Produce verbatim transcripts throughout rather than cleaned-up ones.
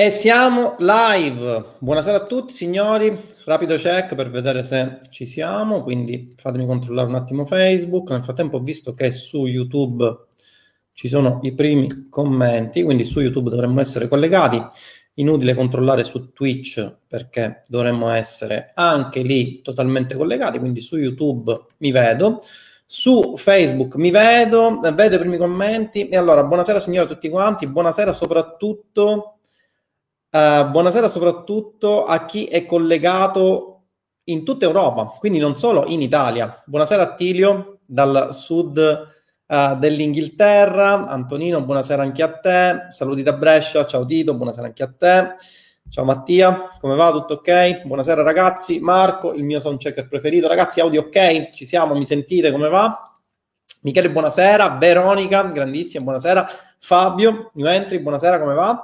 E siamo live. Buonasera a tutti signori, rapido check per vedere se ci siamo, quindi fatemi controllare un attimo Facebook. Nel frattempo ho visto che su YouTube ci sono i primi commenti, quindi su YouTube dovremmo essere collegati. Inutile controllare su Twitch perché dovremmo essere anche lì totalmente collegati, quindi su YouTube mi vedo. Su Facebook mi vedo, vedo i primi commenti. E allora, buonasera signori a tutti quanti, buonasera soprattutto... Uh, buonasera soprattutto a chi è collegato in tutta Europa, quindi non solo in Italia. Buonasera Attilio dal sud uh, dell'Inghilterra. Antonino, buonasera anche a te. Saluti da Brescia. Ciao Tito, buonasera anche a te. Ciao Mattia, come va? Tutto ok? Buonasera ragazzi. Marco, il mio soundchecker preferito. Ragazzi, audio ok? Ci siamo? Mi sentite? Come va? Michele, buonasera. Veronica, grandissima, buonasera. Fabio, new entry, buonasera, come va?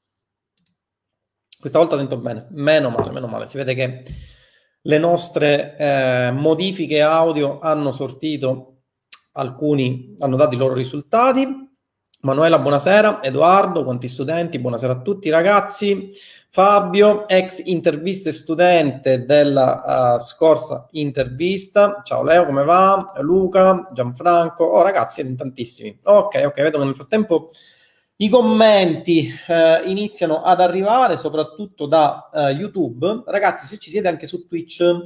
Questa volta sento bene, meno male, meno male. Si vede che le nostre eh, modifiche audio hanno sortito, alcuni hanno dato i loro risultati. Manuela, buonasera. Edoardo, quanti studenti? Buonasera a tutti ragazzi. Fabio, ex intervista studente della uh, scorsa intervista. Ciao Leo, come va? Luca, Gianfranco. Oh ragazzi, siete in tantissimi. Ok, ok, vedo che nel frattempo... I commenti eh, iniziano ad arrivare soprattutto da eh, YouTube. Ragazzi, se ci siete anche su Twitch, eh,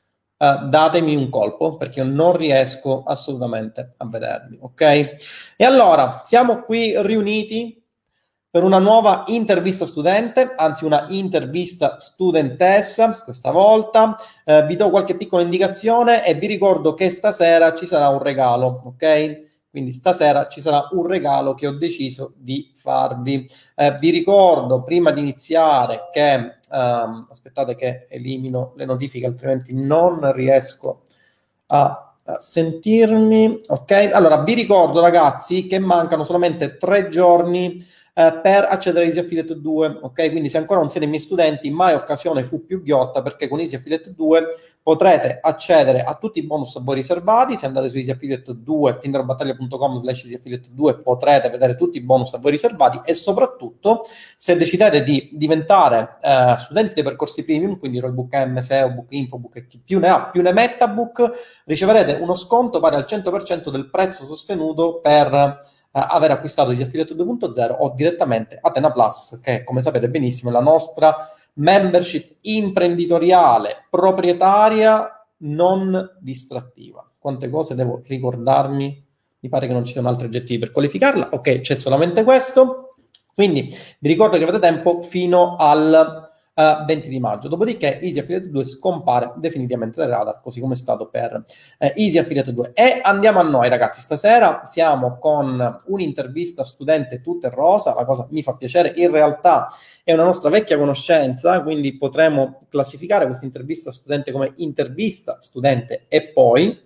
datemi un colpo perché io non riesco assolutamente a vedervi, ok? E allora, siamo qui riuniti per una nuova intervista studente, anzi una intervista studentessa questa volta. Eh, vi do qualche piccola indicazione e vi ricordo che stasera ci sarà un regalo, ok? Quindi stasera ci sarà un regalo che ho deciso di farvi. Eh, vi ricordo prima di iniziare che, um, aspettate che elimino le notifiche altrimenti non riesco a, a sentirmi. Ok, allora vi ricordo ragazzi che mancano solamente tre giorni eh, per accedere a Easy Affiliate due, ok? Quindi se ancora non siete miei studenti, mai occasione fu più ghiotta perché con Easy Affiliate due potrete accedere a tutti i bonus a voi riservati. Se andate su easy affiliate due, tinderbattaglia punto com slash easy affiliate due potrete vedere tutti i bonus a voi riservati e soprattutto se decidete di diventare eh, studenti dei percorsi premium, quindi Roybook M, S E O, Book Info, Book e chi più ne ha più ne metta Book, riceverete uno sconto pari al cento per cento del prezzo sostenuto per eh, aver acquistato Easy Affiliate due punto zero o direttamente Athena Plus, che come sapete benissimo è la nostra membership imprenditoriale, proprietaria, non distrattiva. Quante cose devo ricordarmi? Mi pare che non ci siano altri aggettivi per qualificarla. Ok, c'è solamente questo. Quindi vi ricordo che avete tempo fino al uh, venti di maggio. Dopodiché Easy Affiliate due scompare definitivamente dal radar, così come è stato per uh, Easy Affiliate due. E andiamo a noi, ragazzi. Stasera siamo con un'intervista studente tutta in rosa. La cosa mi fa piacere. In realtà è una nostra vecchia conoscenza, quindi potremo classificare questa intervista studente come intervista studente e poi.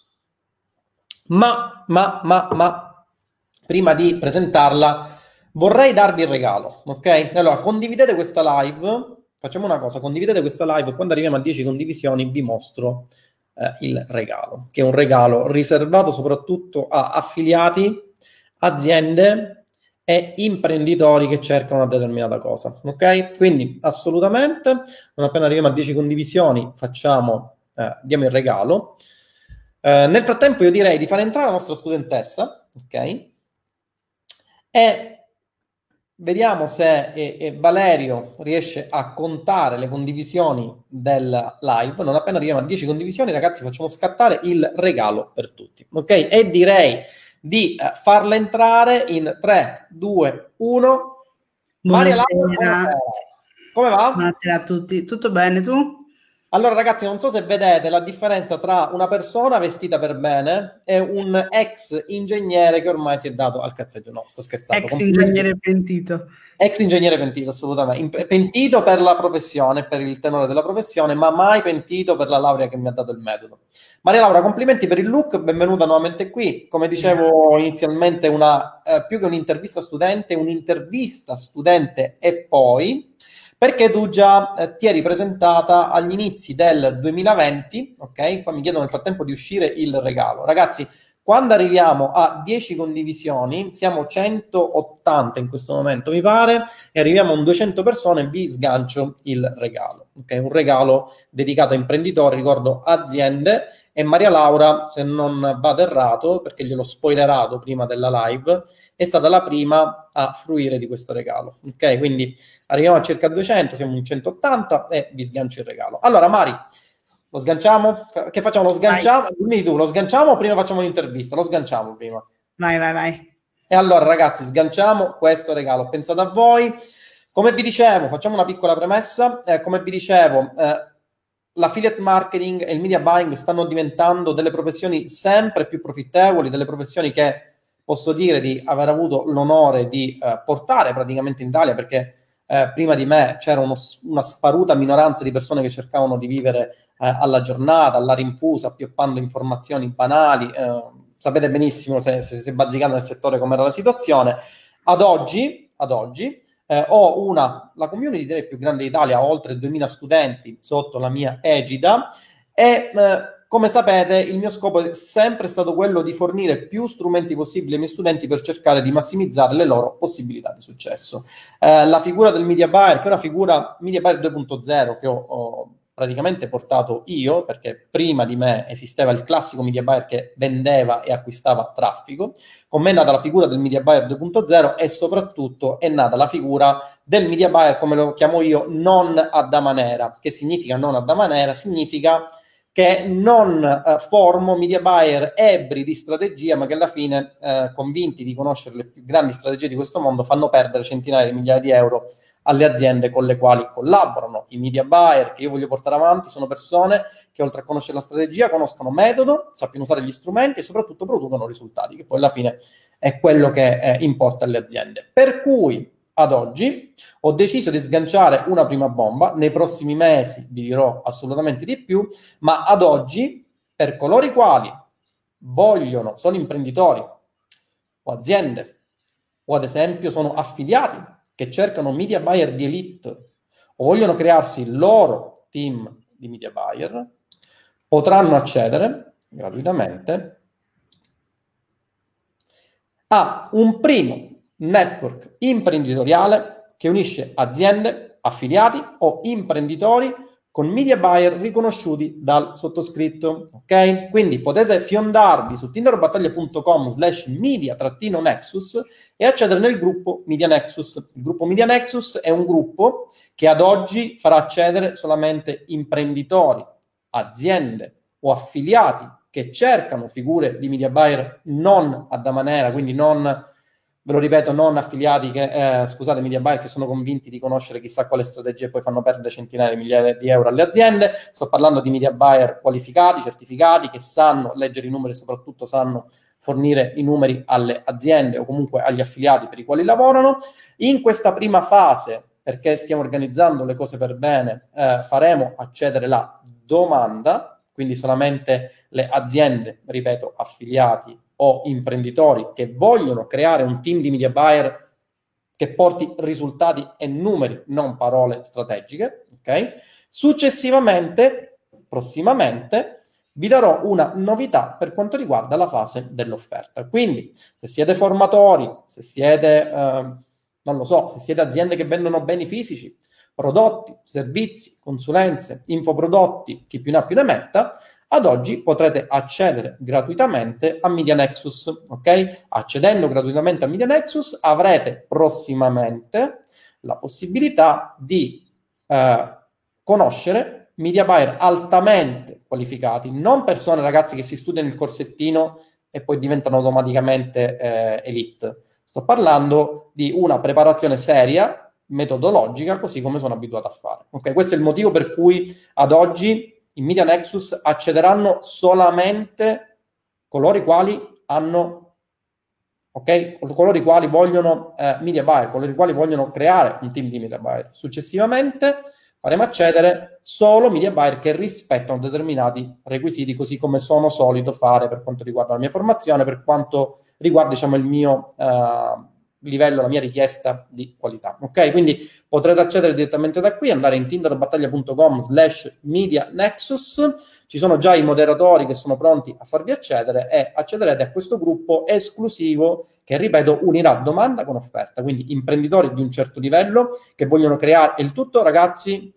Ma, ma, ma, ma, prima di presentarla vorrei darvi il regalo, ok? Allora, condividete questa live, facciamo una cosa, condividete questa live, quando arriviamo a dieci condivisioni vi mostro eh, il regalo, che è un regalo riservato soprattutto a affiliati, aziende e imprenditori che cercano una determinata cosa, ok? Quindi assolutamente, non appena arriviamo a dieci condivisioni facciamo, eh, diamo il regalo. Eh, nel frattempo io direi di fare entrare la nostra studentessa, ok? E vediamo se eh, eh, Valerio riesce a contare le condivisioni del live. Non appena arriviamo a dieci condivisioni, ragazzi, facciamo scattare il regalo per tutti, ok? E direi di eh, farla entrare in tre, due, uno. Maria Laura, buonasera. Come va? Buonasera a tutti, tutto bene tu? Allora ragazzi, non so se vedete la differenza tra una persona vestita per bene e un ex ingegnere che ormai si è dato al cazzeggio. No, sto scherzando. Ex ingegnere pentito. Ex ingegnere pentito, assolutamente. Pentito per la professione, per il tenore della professione, ma mai pentito per la laurea che mi ha dato il metodo. Maria Laura, complimenti per il look, benvenuta nuovamente qui. Come dicevo inizialmente, una eh, più che un'intervista studente, un'intervista studente e poi... perché tu già eh, ti eri presentata agli inizi del duemilaventi, ok? Qua mi chiedono nel frattempo di uscire il regalo. Ragazzi, Quando arriviamo a dieci condivisioni, siamo centottanta in questo momento, mi pare, e arriviamo a un duecento persone, vi sgancio il regalo. Ok, un regalo dedicato a imprenditori, ricordo aziende, e Maria Laura, se non vado errato, perché gliel'ho spoilerato prima della live, è stata la prima a fruire di questo regalo. Ok, quindi arriviamo a circa duecento, siamo in centottanta e vi sgancio il regalo. Allora, Mari, lo sganciamo? Che facciamo? Lo sganciamo? Vai. Dimmi tu, lo sganciamo o prima facciamo l'intervista? Lo sganciamo prima. Vai, vai, vai. E allora, ragazzi, sganciamo questo regalo. Pensate a voi. Come vi dicevo, facciamo una piccola premessa. Eh, come vi dicevo, eh, l'affiliate marketing e il media buying stanno diventando delle professioni sempre più profittevoli, delle professioni che posso dire di aver avuto l'onore di eh, portare praticamente in Italia, perché eh, prima di me c'era uno, una sparuta minoranza di persone che cercavano di vivere eh, alla giornata, alla rinfusa, appioppando informazioni banali. Eh, sapete benissimo, se, se, se bazzicando nel settore, com'era la situazione. Ad oggi, ad oggi Eh, ho una, la community direi più grande d'Italia, ho oltre duemila studenti sotto la mia egida e eh, come sapete il mio scopo è sempre stato quello di fornire più strumenti possibili ai miei studenti per cercare di massimizzare le loro possibilità di successo. Eh, la figura del media buyer, che è una figura media buyer due punto zero che ho, ho praticamente portato io, perché prima di me esisteva il classico media buyer che vendeva e acquistava traffico. Con me è nata la figura del media buyer due punto zero e soprattutto è nata la figura del media buyer, come lo chiamo io, non a dama nera. Che significa non a dama nera? Significa che non eh, formo media buyer ebbri di strategia, ma che alla fine, eh, convinti di conoscere le più grandi strategie di questo mondo, fanno perdere centinaia di migliaia di euro alle aziende con le quali collaborano. I media buyer che io voglio portare avanti sono persone che oltre a conoscere la strategia conoscono metodo, sappiano usare gli strumenti e soprattutto producono risultati, che poi alla fine è quello che eh, importa alle aziende. Per cui ad oggi ho deciso di sganciare una prima bomba, nei prossimi mesi vi dirò assolutamente di più, ma ad oggi per coloro i quali vogliono, sono imprenditori o aziende o ad esempio sono affiliati che cercano media buyer di elite o vogliono crearsi il loro team di media buyer, potranno accedere gratuitamente a un primo network imprenditoriale che unisce aziende, affiliati o imprenditori con media buyer riconosciuti dal sottoscritto, ok? Quindi potete fiondarvi su tinderbattaglia punto com slash media trattino nexus e accedere nel gruppo Media Nexus. Il gruppo Media Nexus è un gruppo che ad oggi farà accedere solamente imprenditori, aziende o affiliati che cercano figure di media buyer non a dama nera, quindi non, ve lo ripeto, non affiliati che, eh, scusate, media buyer che sono convinti di conoscere chissà quale strategia e poi fanno perdere centinaia di migliaia di euro alle aziende. Sto parlando di media buyer qualificati, certificati, che sanno leggere i numeri e soprattutto sanno fornire i numeri alle aziende o comunque agli affiliati per i quali lavorano. In questa prima fase, perché stiamo organizzando le cose per bene, eh, faremo accedere la domanda, quindi solamente le aziende, ripeto, affiliati o imprenditori che vogliono creare un team di media buyer che porti risultati e numeri, non parole strategiche, ok? Successivamente, prossimamente, vi darò una novità per quanto riguarda la fase dell'offerta. Quindi, se siete formatori, se siete, eh, non lo so, se siete aziende che vendono beni fisici, prodotti, servizi, consulenze, infoprodotti, chi più ne ha più ne metta, ad oggi potrete accedere gratuitamente a Media Nexus, ok? Accedendo gratuitamente a Media Nexus avrete prossimamente la possibilità di eh, conoscere media buyer altamente qualificati, non persone, ragazzi, che si studiano il corsettino e poi diventano automaticamente eh, elite. Sto parlando di una preparazione seria, metodologica, così come sono abituato a fare. Ok, questo è il motivo per cui ad oggi in Media Nexus accederanno solamente coloro i quali hanno, ok, coloro i quali vogliono eh, media buyer, coloro i quali vogliono creare un team di media buyer. Successivamente faremo accedere solo media buyer che rispettano determinati requisiti, così come sono solito fare per quanto riguarda la mia formazione, per quanto riguarda, diciamo, il mio, uh, livello, la mia richiesta di qualità. Ok, quindi potrete accedere direttamente da qui, andare in tinderbattaglia.com slash media nexus. Ci sono già i moderatori che sono pronti a farvi accedere e accederete a questo gruppo esclusivo che, ripeto, unirà domanda con offerta. Quindi imprenditori di un certo livello che vogliono creare il tutto, ragazzi,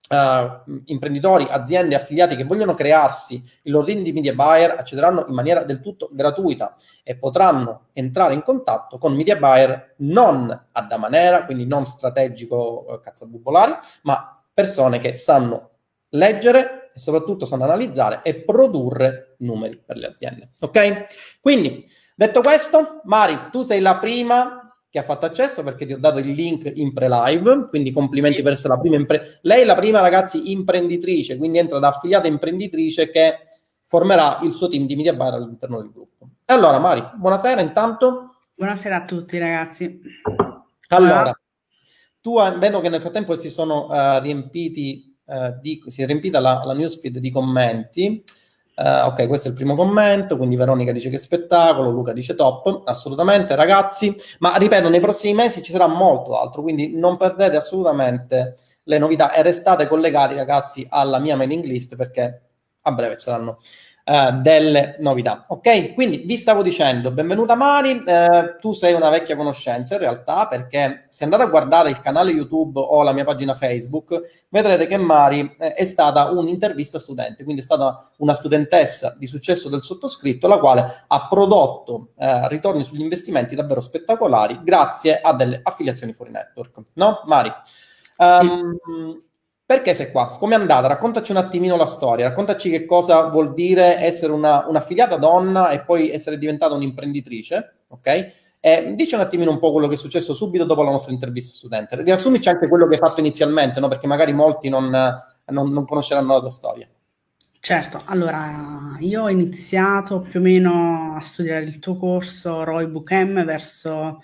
uh, imprenditori, aziende, affiliati che vogliono crearsi il loro team di media buyer accederanno in maniera del tutto gratuita e potranno entrare in contatto con media buyer non a da manera, quindi non strategico uh, cazzabubolari, ma persone che sanno leggere e soprattutto sanno analizzare e produrre numeri per le aziende. Ok? Quindi, detto questo, Mari, tu sei la prima che ha fatto accesso perché ti ho dato il link in pre-live, quindi complimenti sì. per essere la prima impre- lei è la prima, ragazzi, imprenditrice, quindi entra da affiliata imprenditrice che formerà il suo team di media buyer all'interno del gruppo. E allora, Mari, buonasera intanto. Buonasera a tutti, ragazzi. Allora, tu vedo che nel frattempo si sono uh, riempiti Uh, di, si è riempita la, la newsfeed di commenti. Uh, ok, questo è il primo commento, quindi Veronica dice che spettacolo, Luca dice top, assolutamente ragazzi, ma ripeto, nei prossimi mesi ci sarà molto altro, quindi non perdete assolutamente le novità e restate collegati, ragazzi, alla mia mailing list perché a breve ci saranno Uh, delle novità. Ok, quindi vi stavo dicendo, benvenuta Mari, uh, tu sei una vecchia conoscenza in realtà, perché se andate a guardare il canale YouTube o la mia pagina Facebook vedrete che Mari eh, è stata un'intervista studente, quindi è stata una studentessa di successo del sottoscritto, la quale ha prodotto eh, ritorni sugli investimenti davvero spettacolari grazie a delle affiliazioni fuori network, no Mari? Um, sì. Perché sei qua? Com'è andata? Raccontaci un attimino la storia, raccontaci che cosa vuol dire essere una, un'affiliata donna e poi essere diventata un'imprenditrice, ok? E dici un attimino un po' quello che è successo subito dopo la nostra intervista studente. Riassumici anche quello che hai fatto inizialmente, no? Perché magari molti non, non, non conosceranno la tua storia. Certo, allora io ho iniziato più o meno a studiare il tuo corso R O I Book M verso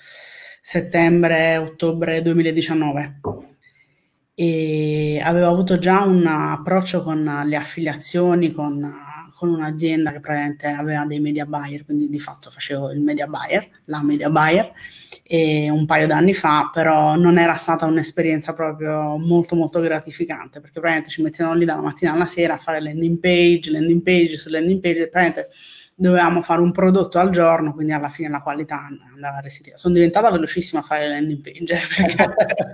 settembre-ottobre duemiladiciannove. E avevo avuto già un approccio con le affiliazioni con, con un'azienda che praticamente aveva dei media buyer, quindi di fatto facevo il media buyer, la media buyer, e un paio d'anni fa, però non era stata un'esperienza proprio molto molto gratificante, perché praticamente ci mettevano lì dalla mattina alla sera a fare landing page, landing page su landing page, praticamente dovevamo fare un prodotto al giorno, quindi alla fine la qualità andava restituita. Sono diventata velocissima a fare le landing page, perché...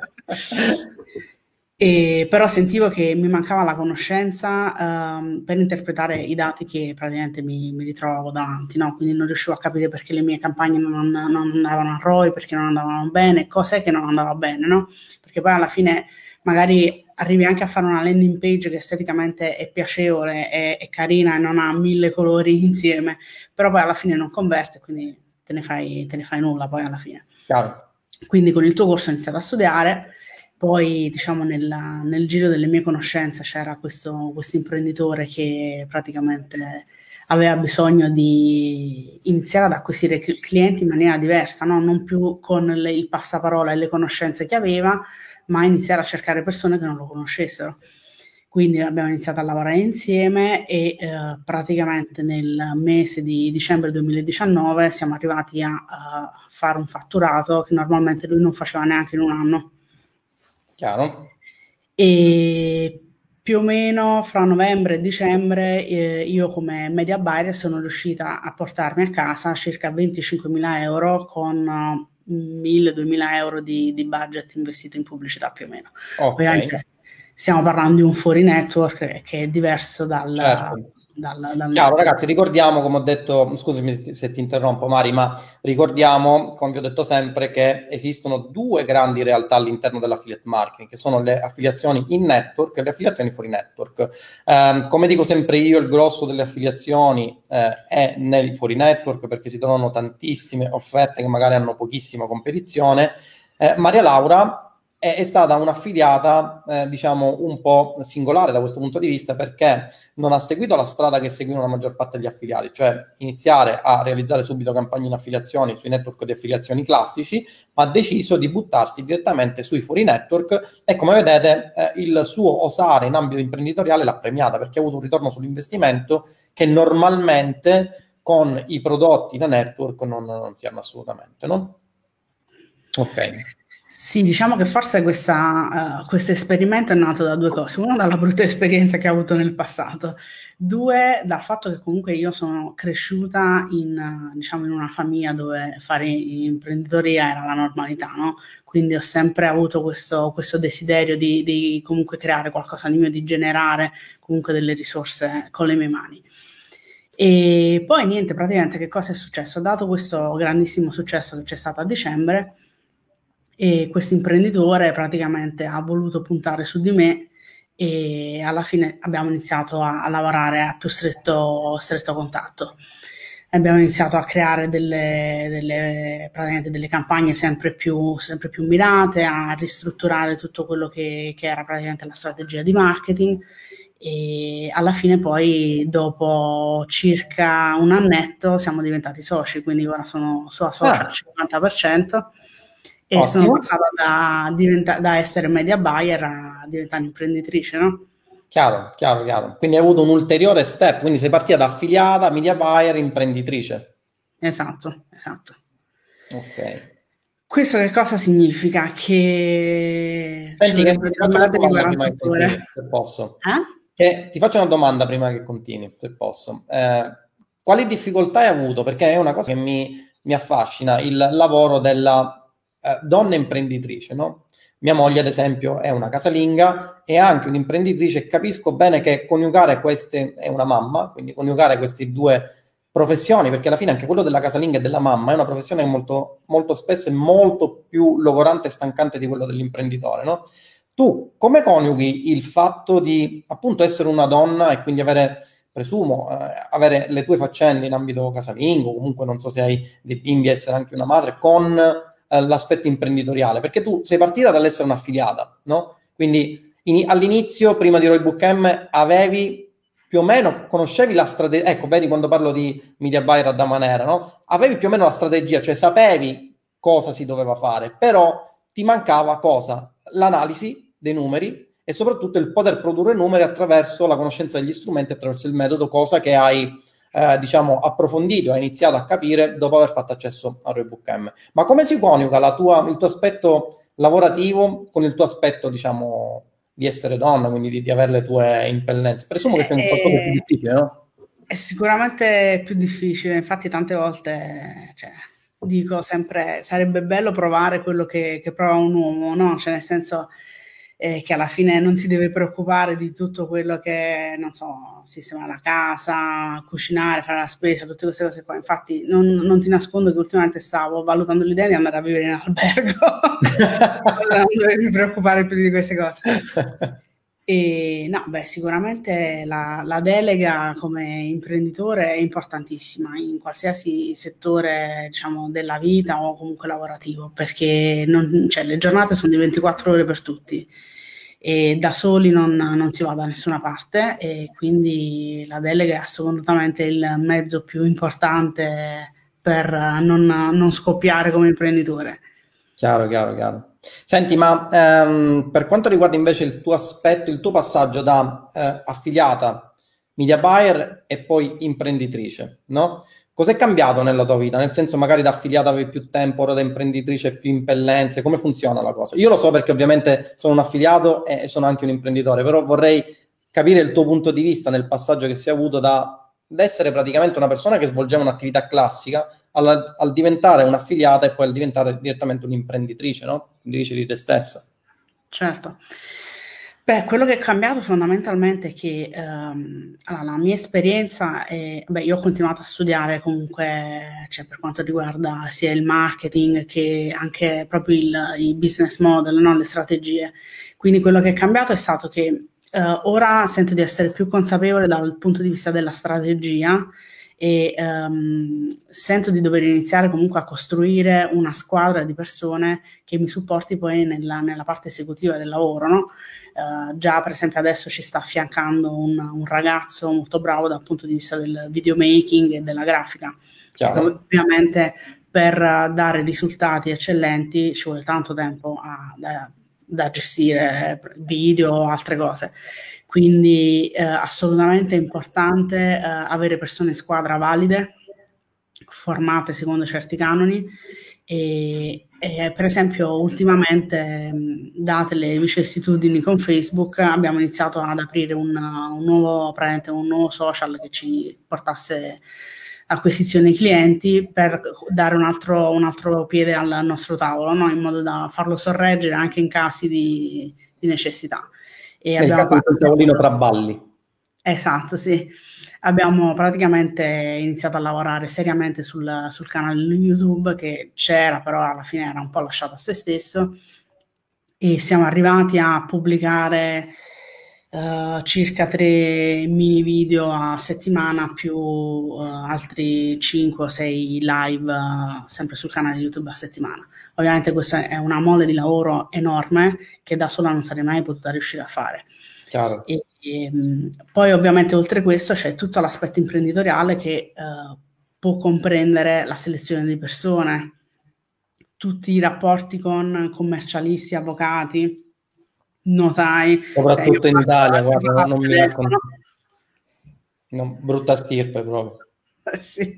E però sentivo che mi mancava la conoscenza um, per interpretare i dati che praticamente mi, mi ritrovavo davanti, no? Quindi non riuscivo a capire perché le mie campagne non, non andavano a R O I, perché non andavano bene, cos'è che non andava bene, no? Perché poi alla fine magari arrivi anche a fare una landing page che esteticamente è piacevole, è, è carina e non ha mille colori insieme, però poi alla fine non converte, quindi te ne fai, te ne fai nulla poi alla fine. Chiaro. Quindi con il tuo corso ho iniziato a studiare. Poi, diciamo, nel, nel giro delle mie conoscenze c'era questo, questo imprenditore che praticamente aveva bisogno di iniziare ad acquisire clienti in maniera diversa, no? Non più con le, il passaparola e le conoscenze che aveva, ma iniziare a cercare persone che non lo conoscessero. Quindi abbiamo iniziato a lavorare insieme e eh, praticamente nel mese di dicembre duemiladiciannove siamo arrivati a, a fare un fatturato che normalmente lui non faceva neanche in un anno. Chiaro. E più o meno fra novembre e dicembre eh, io come media buyer sono riuscita a portarmi a casa circa venticinquemila euro con uh, mille-duemila euro di, di budget investito in pubblicità più o meno. Okay. Ovviamente stiamo parlando di un fuori network che è diverso dal... Certo. Dal, dal Chiaro, ragazzi, ricordiamo, come ho detto, scusami se ti interrompo Mari, ma ricordiamo, come vi ho detto sempre, che esistono due grandi realtà all'interno dell'affiliate marketing, che sono le affiliazioni in network e le affiliazioni fuori network. Eh, come dico sempre io, il grosso delle affiliazioni eh, è nel fuori network, perché si trovano tantissime offerte che magari hanno pochissima competizione. Eh, Maria Laura è, è stata un'affiliata, eh, diciamo, un po' singolare da questo punto di vista, perché non ha seguito la strada che seguono la maggior parte degli affiliati, cioè iniziare a realizzare subito campagne in affiliazioni sui network di affiliazioni classici, ma ha deciso di buttarsi direttamente sui fuori network e, come vedete, eh, il suo osare in ambito imprenditoriale l'ha premiata, perché ha avuto un ritorno sull'investimento che normalmente con i prodotti da network non, non si hanno assolutamente, no? Ok. Sì, diciamo che forse questa, uh, questo esperimento è nato da due cose. Uno, dalla brutta esperienza che ho avuto nel passato. Due, dal fatto che comunque io sono cresciuta in, uh, diciamo, in una famiglia dove fare imprenditoria era la normalità, no? Quindi ho sempre avuto questo, questo desiderio di, di comunque creare qualcosa di mio, di generare comunque delle risorse con le mie mani. E poi niente, praticamente che cosa è successo? Dato questo grandissimo successo che c'è stato a dicembre, e questo imprenditore praticamente ha voluto puntare su di me e alla fine abbiamo iniziato a, a lavorare a più stretto, stretto contatto. Abbiamo iniziato a creare delle, delle, praticamente delle campagne sempre più, sempre più mirate, a ristrutturare tutto quello che, che era praticamente la strategia di marketing, e alla fine poi dopo circa un annetto siamo diventati soci, quindi ora sono sua socia Ah. al cinquanta per cento. E Ottimo. sono passata da, diventa, da essere media buyer a diventare imprenditrice, no? Chiaro, chiaro, chiaro. Quindi hai avuto un ulteriore step, quindi sei partita da affiliata, media buyer, imprenditrice. Esatto, esatto. Ok. Questo che cosa significa? Che Senti, che ti faccio una domanda prima che continui, se posso. Eh? Che ti faccio una domanda prima che continui, se posso. Eh, quali difficoltà hai avuto? Perché è una cosa che mi, mi affascina, il lavoro della eh, donna imprenditrice, no? Mia moglie, ad esempio, è una casalinga e anche un'imprenditrice e capisco bene che coniugare queste, è una mamma, quindi coniugare queste due professioni, perché alla fine anche quello della casalinga e della mamma è una professione molto, molto spesso è molto più logorante e stancante di quello dell'imprenditore, no? Tu come coniughi il fatto di appunto essere una donna e quindi avere, presumo, eh, avere le tue faccende in ambito casalingo, comunque non so se hai dei bimbi, essere anche una madre, con eh, l'aspetto imprenditoriale? Perché tu sei partita dall'essere un'affiliata, no? Quindi in, all'inizio, prima di Roy Book M, avevi più o meno, conoscevi la strategia, ecco, vedi quando parlo di media buyer a Damanera, no? Avevi più o meno la strategia, cioè sapevi cosa si doveva fare, però ti mancava cosa? L'analisi dei numeri e soprattutto il poter produrre numeri attraverso la conoscenza degli strumenti, attraverso il metodo, cosa che hai eh, diciamo approfondito, hai iniziato a capire dopo aver fatto accesso a Roy Book M. Ma come si coniuga la tua, il tuo aspetto lavorativo con il tuo aspetto, diciamo, di essere donna, quindi di, di avere le tue impellenze? Presumo che sia un qualcosa di più difficile, no? È sicuramente più difficile, infatti tante volte, cioè, dico sempre, sarebbe bello provare quello che, che prova un uomo, no? Cioè nel senso eh, che alla fine non si deve preoccupare di tutto quello che, non so, sistemare la casa, cucinare, fare la spesa, tutte queste cose qua. Infatti non, non ti nascondo che ultimamente stavo valutando l'idea di andare a vivere in albergo, non dovermi preoccupare più di queste cose. E no, beh, sicuramente la, la delega come imprenditore è importantissima in qualsiasi settore, diciamo, della vita o comunque lavorativo, perché non, cioè, le giornate sono di ventiquattro ore per tutti e da soli non, non si va da nessuna parte, e quindi la delega è assolutamente il mezzo più importante per non, non scoppiare come imprenditore. Chiaro, chiaro, chiaro. Senti, ma ehm, per quanto riguarda invece il tuo aspetto, il tuo passaggio da eh, affiliata, media buyer e poi imprenditrice, no? Cos'è cambiato nella tua vita? Nel senso, magari da affiliata avevi più tempo, ora da imprenditrice più impellenze, come funziona la cosa? Io lo so perché ovviamente sono un affiliato e sono anche un imprenditore, però vorrei capire il tuo punto di vista nel passaggio che si è avuto da, da essere praticamente una persona che svolgeva un'attività classica al, al diventare un'affiliata e poi al diventare direttamente un'imprenditrice, no? Imprenditrice di te stessa. Certo. Beh, quello che è cambiato fondamentalmente è che ehm, allora, la mia esperienza è, beh, io ho continuato a studiare comunque, cioè, per quanto riguarda sia il marketing che anche proprio il, il business model, no? Le strategie. Quindi quello che è cambiato è stato che eh, ora sento di essere più consapevole dal punto di vista della strategia e um, sento di dover iniziare comunque a costruire una squadra di persone che mi supporti poi nella, nella parte esecutiva del lavoro, no? Uh, già per esempio adesso ci sta affiancando un, un ragazzo molto bravo dal punto di vista del videomaking e della grafica. Chiaro. Ovviamente per dare risultati eccellenti ci vuole tanto tempo a, da, da gestire video o altre cose. Quindi eh, assolutamente importante eh, avere persone in squadra valide, formate secondo certi canoni E, e per esempio ultimamente, date le vicissitudini con Facebook, abbiamo iniziato ad aprire un, un nuovo, un nuovo social che ci portasse acquisizione clienti, per dare un altro, un altro piede al nostro tavolo, no? In modo da farlo sorreggere anche in casi di, di necessità. E nel caso del tavolino tra balli. Esatto, sì. Abbiamo praticamente iniziato a lavorare seriamente sul, sul canale YouTube, che c'era, però alla fine era un po' lasciato a se stesso, e siamo arrivati a pubblicare uh, circa tre mini video a settimana, più uh, altri cinque o sei live uh, sempre sul canale YouTube a settimana. Ovviamente questa è una mole di lavoro enorme che da sola non sarei mai potuta riuscire a fare. Chiaro. E, e, poi ovviamente oltre questo c'è tutto l'aspetto imprenditoriale che uh, può comprendere la selezione di persone, tutti i rapporti con commercialisti, avvocati, notai. Soprattutto in Italia, guarda, non mi racconto. No, brutta stirpe proprio. Sì.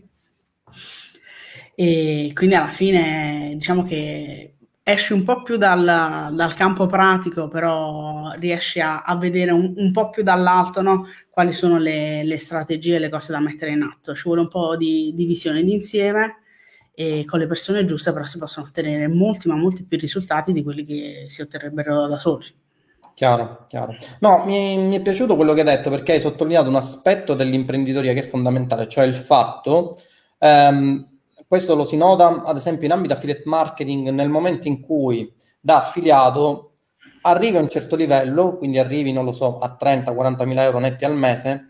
E quindi alla fine diciamo che esci un po' più dal, dal campo pratico, però riesci a, a vedere un, un po' più dall'alto, no? Quali sono le, le strategie, le cose da mettere in atto. Ci vuole un po' di, di visione d'insieme, e con le persone giuste però si possono ottenere molti, ma molti più risultati di quelli che si otterrebbero da soli. Chiaro, chiaro. No, mi, mi è piaciuto quello che hai detto, perché hai sottolineato un aspetto dell'imprenditoria che è fondamentale, cioè il fatto... Um, questo lo si nota ad esempio in ambito affiliate marketing, nel momento in cui da affiliato arrivi a un certo livello, quindi arrivi, non lo so, a trenta quaranta mila euro netti al mese,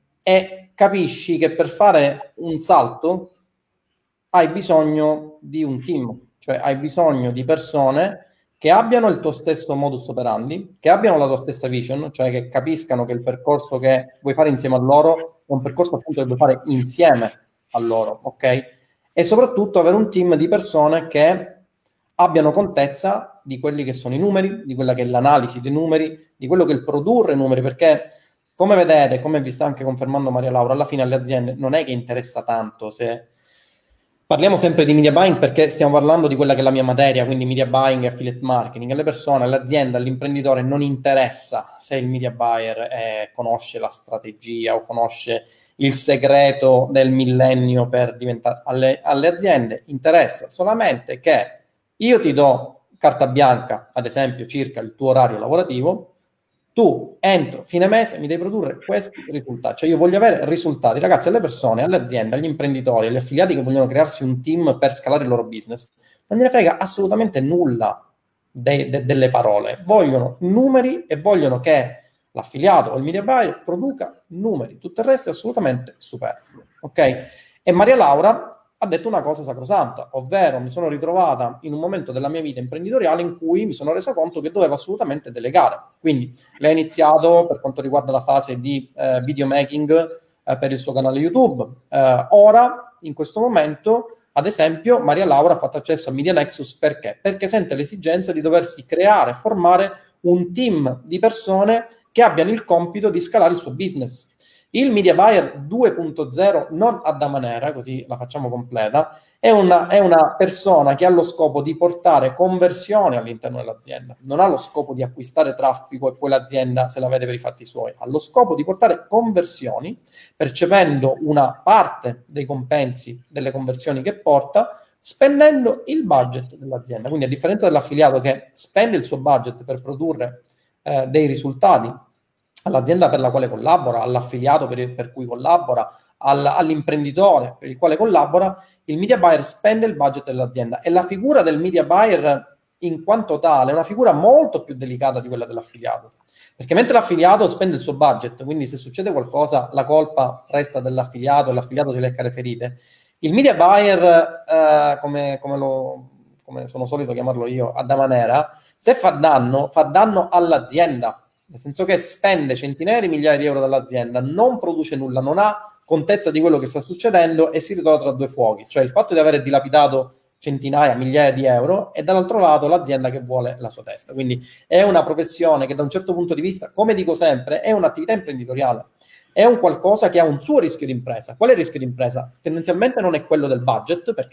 e capisci che per fare un salto hai bisogno di un team, cioè hai bisogno di persone che abbiano il tuo stesso modus operandi, che abbiano la tua stessa vision, cioè che capiscano che il percorso che vuoi fare insieme a loro è un percorso appunto che vuoi fare insieme a loro, ok? E soprattutto avere un team di persone che abbiano contezza di quelli che sono i numeri, di quella che è l'analisi dei numeri, di quello che è il produrre numeri, perché come vedete, come vi sta anche confermando Maria Laura, alla fine alle aziende non è che interessa tanto se... Parliamo sempre di media buying perché stiamo parlando di quella che è la mia materia, quindi media buying e affiliate marketing. Alle persone, all'azienda, all'imprenditore non interessa se il media buyer eh, conosce la strategia o conosce il segreto del millennio per diventare... Alle, alle aziende interessa solamente che io ti do carta bianca, ad esempio, circa il tuo orario lavorativo, tu entro fine mese mi devi produrre questi risultati, cioè io voglio avere risultati. Ragazzi, alle persone, alle aziende, agli imprenditori, agli affiliati che vogliono crearsi un team per scalare il loro business, non gliene frega assolutamente nulla de- de- delle parole, vogliono numeri e vogliono che l'affiliato o il media buyer produca numeri, tutto il resto è assolutamente superfluo, ok? E Maria Laura ha detto una cosa sacrosanta, ovvero mi sono ritrovata in un momento della mia vita imprenditoriale in cui mi sono resa conto che dovevo assolutamente delegare. Quindi lei ha iniziato per quanto riguarda la fase di eh, videomaking eh, per il suo canale YouTube. Eh, ora, in questo momento, ad esempio, Maria Laura ha fatto accesso a Media Nexus perché? Perché sente l'esigenza di doversi creare, formare un team di persone che abbiano il compito di scalare il suo business. Il Media Buyer due punto zero, non a Damanera, così la facciamo completa, è una, è una persona che ha lo scopo di portare conversione all'interno dell'azienda, non ha lo scopo di acquistare traffico e poi l'azienda se la vede per i fatti suoi, ha lo scopo di portare conversioni, percependo una parte dei compensi delle conversioni che porta, spendendo il budget dell'azienda. Quindi a differenza dell'affiliato che spende il suo budget per produrre eh, dei risultati all'azienda per la quale collabora, all'affiliato per, per cui collabora, all, all'imprenditore per il quale collabora, il media buyer spende il budget dell'azienda e la figura del media buyer in quanto tale è una figura molto più delicata di quella dell'affiliato, perché mentre l'affiliato spende il suo budget, quindi se succede qualcosa la colpa resta dell'affiliato e l'affiliato si lecca le ferite, il media buyer, eh, come, come, lo, come sono solito chiamarlo io, a Damanera, se fa danno, fa danno all'azienda, nel senso che spende centinaia di migliaia di euro dall'azienda, non produce nulla, non ha contezza di quello che sta succedendo e si ritrova tra due fuochi, cioè il fatto di aver dilapidato centinaia, migliaia di euro e dall'altro lato l'azienda che vuole la sua testa. Quindi è una professione che da un certo punto di vista, come dico sempre, è un'attività imprenditoriale, è un qualcosa che ha un suo rischio di impresa. Qual è il rischio di impresa? Tendenzialmente non è quello del budget, perché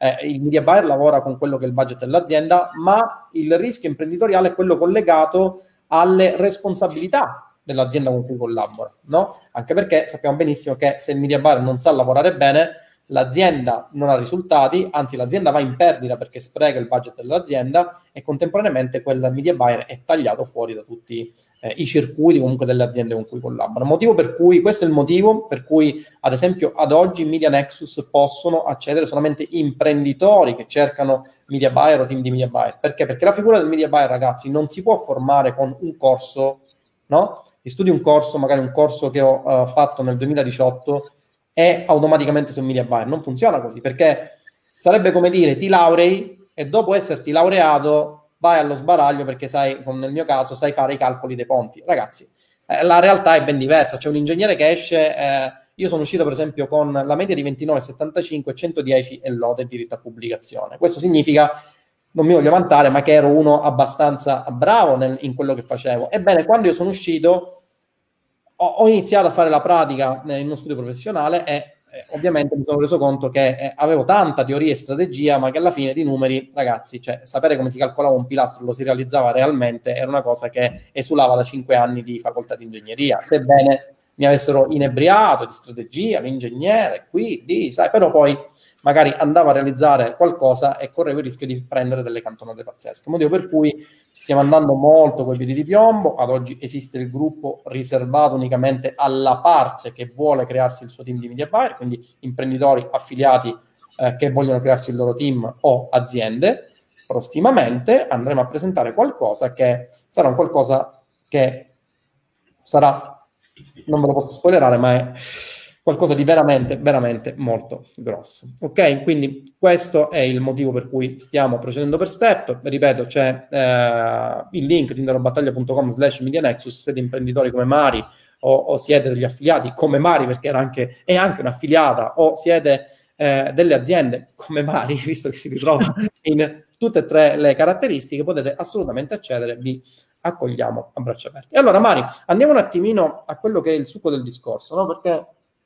eh, il media buyer lavora con quello che è il budget dell'azienda, ma il rischio imprenditoriale è quello collegato alle responsabilità dell'azienda con cui collabora, no? Anche perché sappiamo benissimo che se il media buyer non sa lavorare bene, l'azienda non ha risultati, anzi l'azienda va in perdita perché spreca il budget dell'azienda e contemporaneamente quel media buyer è tagliato fuori da tutti eh, i circuiti comunque delle aziende con cui collabora. Motivo per cui, questo è il motivo per cui ad esempio ad oggi in Media Nexus possono accedere solamente imprenditori che cercano media buyer o team di media buyer. Perché? Perché la figura del media buyer, ragazzi, non si può formare con un corso, no? Ti studi un corso, magari un corso che ho uh, fatto nel duemiladiciotto e automaticamente sei un media buyer. Non funziona così, perché sarebbe come dire ti laurei e dopo esserti laureato vai allo sbaraglio perché sai, come nel mio caso, sai fare i calcoli dei ponti. Ragazzi, eh, la realtà è ben diversa. C'è un ingegnere che esce, eh, io sono uscito per esempio con la media di ventinove virgola settantacinque, centodieci e lode diritto a pubblicazione. Questo significa, non mi voglio vantare, ma che ero uno abbastanza bravo nel, in quello che facevo. Ebbene, quando io sono uscito ho iniziato a fare la pratica in uno studio professionale e eh, ovviamente mi sono reso conto che eh, avevo tanta teoria e strategia, ma che alla fine di numeri, ragazzi, cioè sapere come si calcolava un pilastro, lo si realizzava realmente, era una cosa che esulava da cinque anni di facoltà di ingegneria, sebbene mi avessero inebriato di strategia, l'ingegnere, qui, lì, sai, però poi magari andavo a realizzare qualcosa e correvo il rischio di prendere delle cantonate pazzesche. Motivo per cui ci stiamo andando molto con i piedi di piombo. Ad oggi esiste il gruppo riservato unicamente alla parte che vuole crearsi il suo team di media buyer, quindi imprenditori affiliati eh, che vogliono crearsi il loro team o aziende. Prossimamente andremo a presentare qualcosa che sarà un qualcosa che sarà, non ve lo posso spoilerare, ma è qualcosa di veramente, veramente molto grosso. Ok? Quindi questo è il motivo per cui stiamo procedendo per step. Ripeto, c'è eh, il link tinderobattaglia.com slash medianexus, siete imprenditori come Mari o, o siete degli affiliati come Mari, perché era anche, è anche un'affiliata, o siete eh, delle aziende come Mari, visto che si ritrova in tutte e tre le caratteristiche, potete assolutamente accedere, vi accogliamo a braccia aperte. E allora Mari, andiamo un attimino a quello che è il succo del discorso, no? Perché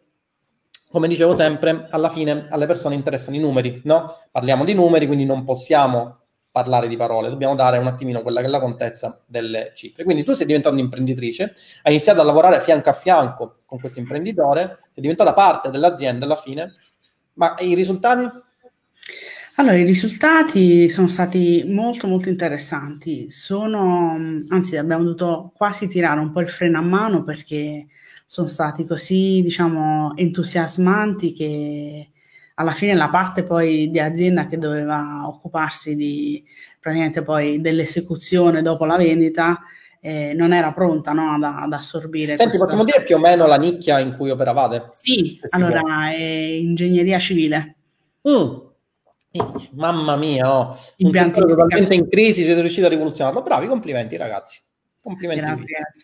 come dicevo sempre, alla fine alle persone interessano i numeri, no? Parliamo di numeri, quindi non possiamo parlare di parole, dobbiamo dare un attimino quella che è la contezza delle cifre. Quindi tu sei diventata un'imprenditrice, hai iniziato a lavorare fianco a fianco con questo imprenditore, sei diventata parte dell'azienda alla fine, ma i risultati? Allora, i risultati sono stati molto molto interessanti, sono, anzi abbiamo dovuto quasi tirare un po' il freno a mano perché sono stati così, diciamo, entusiasmanti che alla fine la parte poi di azienda che doveva occuparsi di praticamente poi dell'esecuzione dopo la vendita eh, non era pronta, no, ad, ad assorbire. Senti, questa... possiamo dire più o meno la nicchia in cui operavate? Sì, allora è ingegneria civile. Mm. Mamma mia, oh. Un settore totalmente in crisi, siete riusciti a rivoluzionarlo. Bravi, complimenti ragazzi. Complimenti. Grazie, grazie.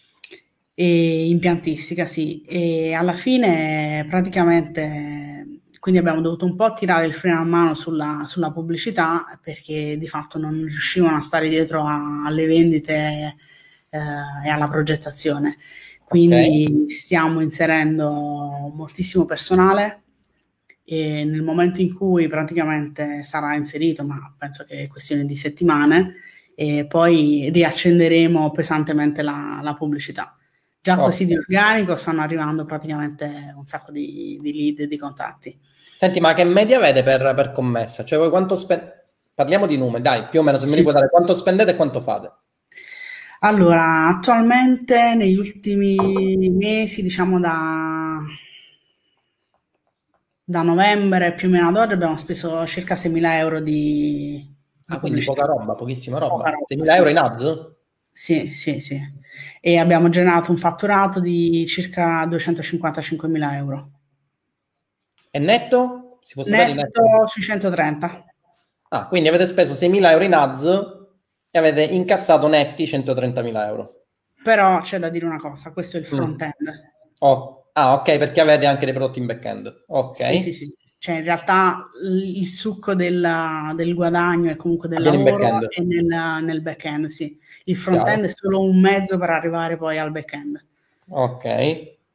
E impiantistica, sì. E alla fine praticamente quindi abbiamo dovuto un po' tirare il freno a mano sulla, sulla pubblicità perché di fatto non riuscivano a stare dietro a, alle vendite eh, e alla progettazione. Quindi okay. Stiamo inserendo moltissimo personale. E nel momento in cui praticamente sarà inserito, ma penso che è questione di settimane, e poi riaccenderemo pesantemente la, la pubblicità. Già okay. Così di organico stanno arrivando praticamente un sacco di, di lead e di contatti. Senti, ma che media avete per, per commessa? Cioè voi quanto spendete? Parliamo di numeri, dai, più o meno, se sì. Mi puoi dare quanto spendete e quanto fate? Allora, attualmente negli ultimi mesi, diciamo da... da novembre più o meno ad oggi abbiamo speso circa seimila euro di, ah, di quindi poca roba, pochissima roba. Poca roba seimila sì. Euro in ads? Sì, sì, sì. E abbiamo generato un fatturato di circa duecentocinquantacinquemila euro. E netto? Si può sapere netto, netto sui centotrenta. Ah, quindi avete speso seimila euro in ads e avete incassato netti centotrentamila euro. Però c'è da dire una cosa, questo è il front-end. Mm. Oh. Ah, ok, perché avete anche dei prodotti in back-end. Ok. Sì, sì, sì. Cioè, in realtà il succo della, del guadagno e comunque del Avviene lavoro è nel, nel back-end, sì. Il front-end è solo un mezzo per arrivare poi al back-end. Ok.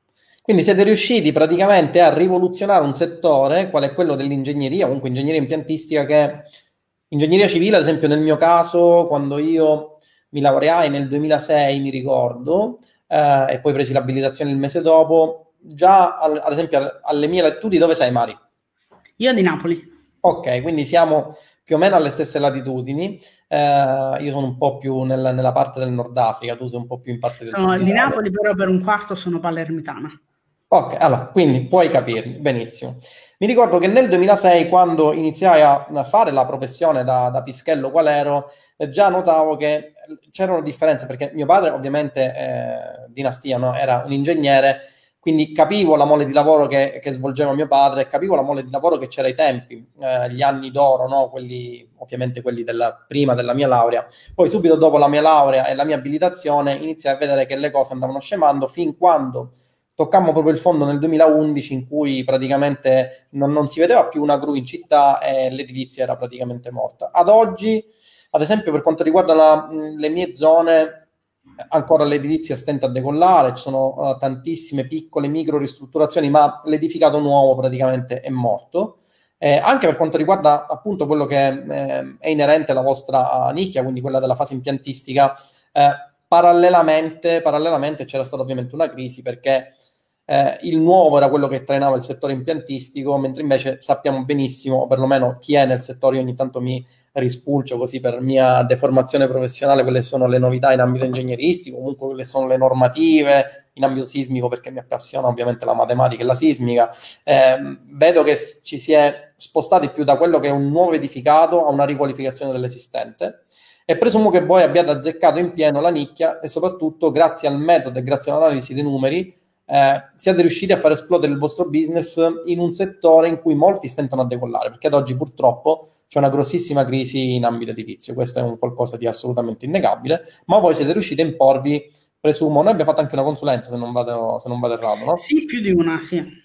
Quindi siete riusciti praticamente a rivoluzionare un settore, qual è quello dell'ingegneria, comunque ingegneria impiantistica, che ingegneria civile, ad esempio nel mio caso, quando io mi laureai nel duemilasei, mi ricordo, eh, e poi presi l'abilitazione il mese dopo, già al, ad esempio alle mie latitudini, dove sei Mari? Io di Napoli. Ok, quindi siamo più o meno alle stesse latitudini. Eh, io sono un po' più nel, nella parte del Nord Africa, tu sei un po' più in parte del Sono Sud di Italia. Napoli, però per un quarto sono palermitana. Ok, allora, quindi puoi capirmi benissimo. Mi ricordo che nel duemilasei, quando iniziai a fare la professione da, da pischello qual ero, eh, già notavo che c'erano differenze, perché mio padre ovviamente, eh, dinastia, no? Era un ingegnere, quindi capivo la mole di lavoro che, che svolgeva mio padre, capivo la mole di lavoro che c'era ai tempi, eh, gli anni d'oro, no? Quelli, ovviamente quelli della, prima della mia laurea. Poi subito dopo la mia laurea e la mia abilitazione iniziai a vedere che le cose andavano scemando fin quando toccammo proprio il fondo nel duemilaundici, in cui praticamente non, non si vedeva più una gru in città e l'edilizia era praticamente morta. Ad oggi, ad esempio, per quanto riguarda la, le mie zone, ancora l'edilizia stenta a decollare, ci sono uh, tantissime piccole micro ristrutturazioni, ma l'edificato nuovo praticamente è morto. Eh, anche per quanto riguarda appunto quello che eh, è inerente alla vostra nicchia, quindi quella della fase impiantistica, eh, parallelamente, parallelamente c'era stata ovviamente una crisi, perché eh, il nuovo era quello che trainava il settore impiantistico, mentre invece sappiamo benissimo, o perlomeno chi è nel settore, io ogni tanto mi rispulcio così per mia deformazione professionale, quelle sono le novità in ambito ingegneristico, comunque quelle sono le normative in ambito sismico, perché mi appassiona ovviamente la matematica e la sismica. Eh, vedo che ci si è spostati più da quello che è un nuovo edificato a una riqualificazione dell'esistente, e presumo che voi abbiate azzeccato in pieno la nicchia e soprattutto grazie al metodo e grazie all'analisi dei numeri eh, siate riusciti a far esplodere il vostro business in un settore in cui molti stentano a decollare, perché ad oggi purtroppo c'è una grossissima crisi in ambito edilizio. Questo è un qualcosa di assolutamente innegabile, ma voi siete riusciti a imporvi, presumo, noi abbiamo fatto anche una consulenza, se non vado, se non vado errato, no? Sì, più di una, sì.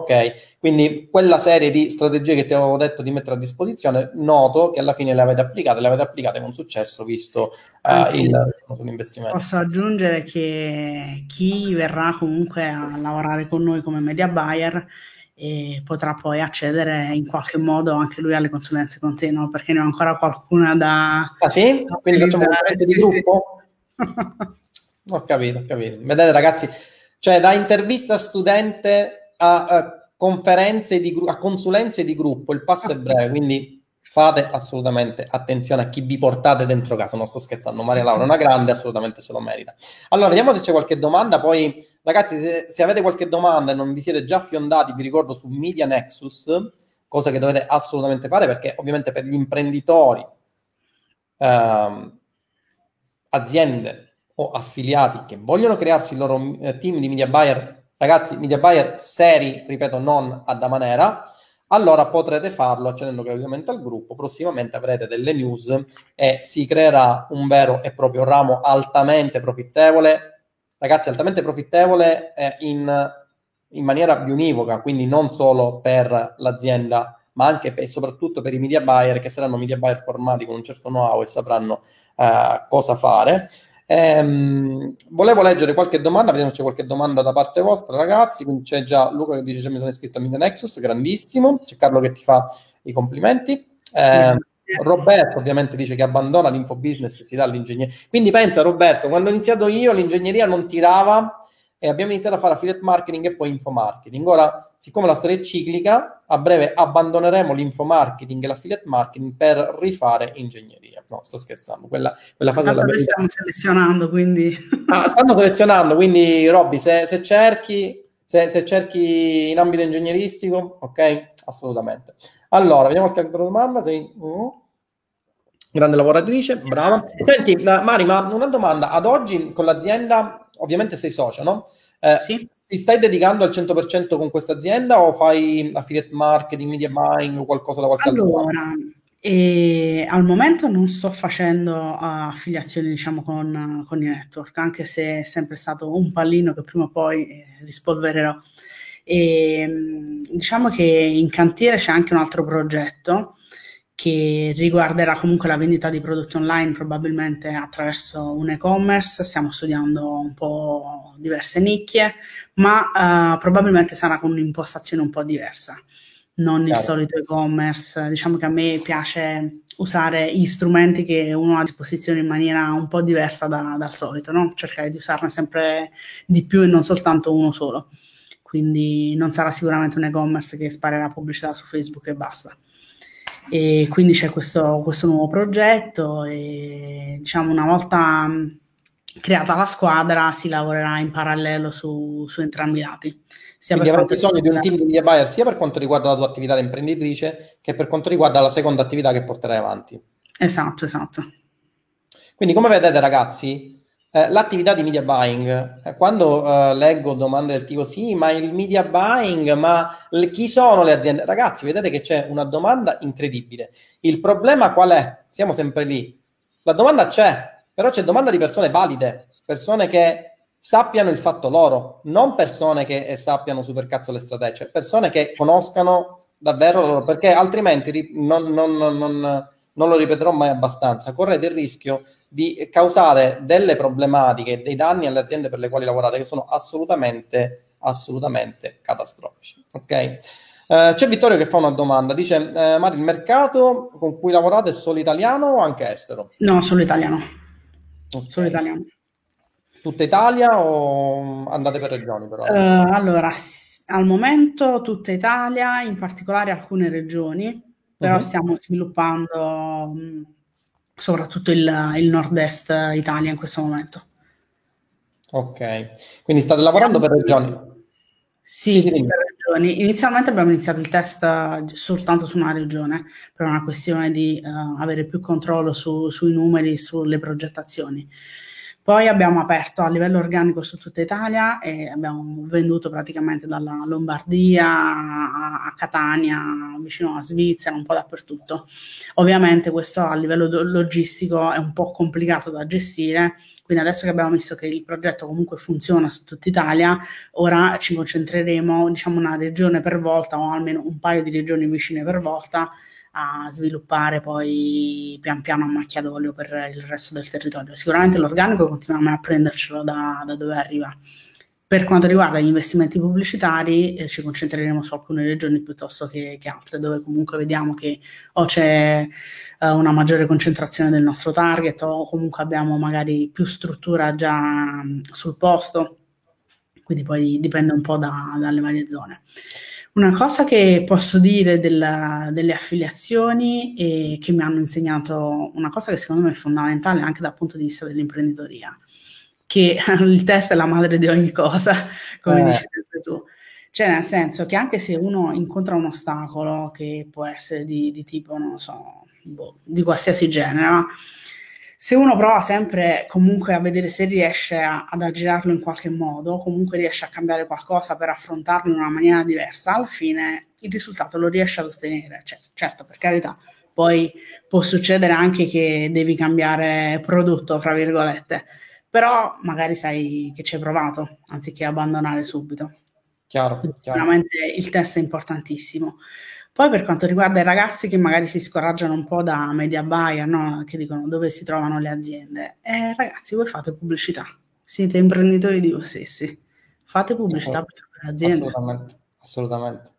Ok, quindi quella serie di strategie che ti avevo detto di mettere a disposizione, noto che alla fine le avete applicate, le avete applicate con successo, visto Anzi, uh, il sull'investimento. posso aggiungere che chi verrà comunque a lavorare con noi come media buyer e potrà poi accedere in qualche modo anche lui alle consulenze con te, no? Perché ne ho ancora qualcuna da, Ah sì? da Quindi facciamo utilizzare. consulenze di Sì, sì. gruppo? Ho capito, ho capito. Vedete ragazzi, cioè da intervista studente a, a conferenze di gruppo, a consulenze di gruppo, il passo è breve, quindi fate assolutamente attenzione a chi vi portate dentro casa. Non sto scherzando, Maria Laura è una grande, assolutamente se lo merita. Allora, vediamo se c'è qualche domanda. Poi, ragazzi, se, se avete qualche domanda e non vi siete già fiondati, vi ricordo su Media Nexus, cosa che dovete assolutamente fare, perché ovviamente per gli imprenditori, ehm, aziende o affiliati che vogliono crearsi il loro eh, team di media buyer, ragazzi, media buyer seri, ripeto, non a da manera, allora potrete farlo accedendo gratuitamente al gruppo. Prossimamente avrete delle news e si creerà un vero e proprio ramo altamente profittevole, ragazzi, altamente profittevole eh, in, in maniera biunivoca, quindi non solo per l'azienda, ma anche e soprattutto per i media buyer, che saranno media buyer formati con un certo know-how e sapranno uh, cosa fare. Ehm, volevo leggere qualche domanda, vediamo se c'è qualche domanda da parte vostra, ragazzi. Quindi c'è già Luca che dice: già mi sono iscritto a Media Nexus, grandissimo. C'è Carlo che ti fa i complimenti. Eh, Roberto ovviamente dice che abbandona l'infobusiness e si dà all'ingegneria. Quindi pensa, Roberto, quando ho iniziato io l'ingegneria non tirava e abbiamo iniziato a fare affiliate marketing e poi infomarketing. Ora, siccome la storia è ciclica, a breve abbandoneremo l'infomarketing e l'affiliate marketing per rifare ingegneria. No, sto scherzando, quella, quella fase Tanto della noi mia vita. stiamo selezionando, quindi... Ah, stanno selezionando, quindi Robby, se, se cerchi se, se cerchi in ambito ingegneristico, ok? Assolutamente. Allora, vediamo qualche altra domanda. Sei... uh. Grande lavoratrice, brava. Senti, Mari, ma una domanda. Ad oggi con l'azienda, ovviamente sei socia, no? Eh, Sì. Ti stai dedicando al cento per cento con questa azienda o fai affiliate marketing, media buying o qualcosa da qualche Allora, altro lato? e al momento non sto facendo uh, affiliazioni, diciamo, con, con i network, anche se è sempre stato un pallino che prima o poi eh, rispolvererò. E, diciamo che in cantiere c'è anche un altro progetto che riguarderà comunque la vendita di prodotti online, probabilmente attraverso un e-commerce. Stiamo studiando un po' diverse nicchie, ma uh, probabilmente sarà con un'impostazione un po' diversa, non il Chiaro. solito e-commerce. Diciamo che a me piace usare gli strumenti che uno ha a disposizione in maniera un po' diversa da, dal solito, no? Cercare di usarne sempre di più e non soltanto uno solo. Quindi non sarà sicuramente un e-commerce che sparerà pubblicità su Facebook e basta. E quindi c'è questo, questo nuovo progetto e diciamo una volta creata la squadra si lavorerà in parallelo su, su entrambi i lati. Sia Quindi per avrai quanto bisogno di un riguarda... team di media buyer sia per quanto riguarda la tua attività da imprenditrice che per quanto riguarda la seconda attività che porterai avanti. Esatto, esatto. Quindi come vedete ragazzi, eh, l'attività di media buying, eh, quando eh, leggo domande del tipo sì, ma il media buying, ma le, chi sono le aziende? Ragazzi, vedete che c'è una domanda incredibile. Il problema qual è? Siamo sempre lì. La domanda c'è, però c'è domanda di persone valide, persone che sappiano il fatto loro, non persone che eh, sappiano super cazzo le strategie, persone che conoscano davvero loro, perché altrimenti non, non, non, non, non lo ripeterò mai abbastanza, correte il rischio di causare delle problematiche, dei danni alle aziende per le quali lavorate che sono assolutamente, assolutamente catastrofici. Ok? Uh, c'è Vittorio che fa una domanda, dice uh, Mari, il mercato con cui lavorate è solo italiano o anche estero? No, solo italiano. Okay. Solo italiano. Tutta Italia o andate per regioni però? Uh, allora, al momento tutta Italia, in particolare alcune regioni, però uh-huh. stiamo sviluppando mh, soprattutto il, il nord-est Italia in questo momento. Ok, quindi state lavorando per regioni? Sì, sì, sì, per regioni. Inizialmente abbiamo iniziato il test soltanto su una regione, per una questione di uh, avere più controllo su, sui numeri, sulle progettazioni. Poi abbiamo aperto a livello organico su tutta Italia e abbiamo venduto praticamente dalla Lombardia a, a Catania, vicino alla Svizzera, un po' dappertutto. Ovviamente questo a livello logistico è un po' complicato da gestire, quindi adesso che abbiamo visto che il progetto comunque funziona su tutta Italia, ora ci concentreremo, diciamo, una regione per volta o almeno un paio di regioni vicine per volta a sviluppare poi pian piano a macchia d'olio per il resto del territorio. Sicuramente l'organico continuiamo a prendercelo da, da dove arriva. Per quanto riguarda gli investimenti pubblicitari eh, ci concentreremo su alcune regioni piuttosto che, che altre, dove comunque vediamo che o c'è eh, una maggiore concentrazione del nostro target o comunque abbiamo magari più struttura già mh, sul posto, quindi poi dipende un po' da, dalle varie zone. Una cosa che posso dire della, delle affiliazioni e che mi hanno insegnato una cosa che secondo me è fondamentale anche dal punto di vista dell'imprenditoria, che il test è la madre di ogni cosa, come eh. dici sempre tu. Cioè, nel senso che anche se uno incontra un ostacolo che può essere di, di tipo, non lo so, boh, di qualsiasi genere, ma se uno prova sempre comunque a vedere se riesce a, ad aggirarlo in qualche modo, comunque riesce a cambiare qualcosa per affrontarlo in una maniera diversa, alla fine il risultato lo riesce ad ottenere. Cioè, certo, per carità, poi può succedere anche che devi cambiare prodotto, fra virgolette, però magari sai che ci hai provato, anziché abbandonare subito. Chiaro, Quindi, chiaro. Sicuramente il test è importantissimo. Poi per quanto riguarda i ragazzi che magari si scoraggiano un po' da media buyer, no? Che dicono dove si trovano le aziende, eh, ragazzi, voi fate pubblicità, siete imprenditori di voi stessi, fate pubblicità per le aziende. Assolutamente, assolutamente.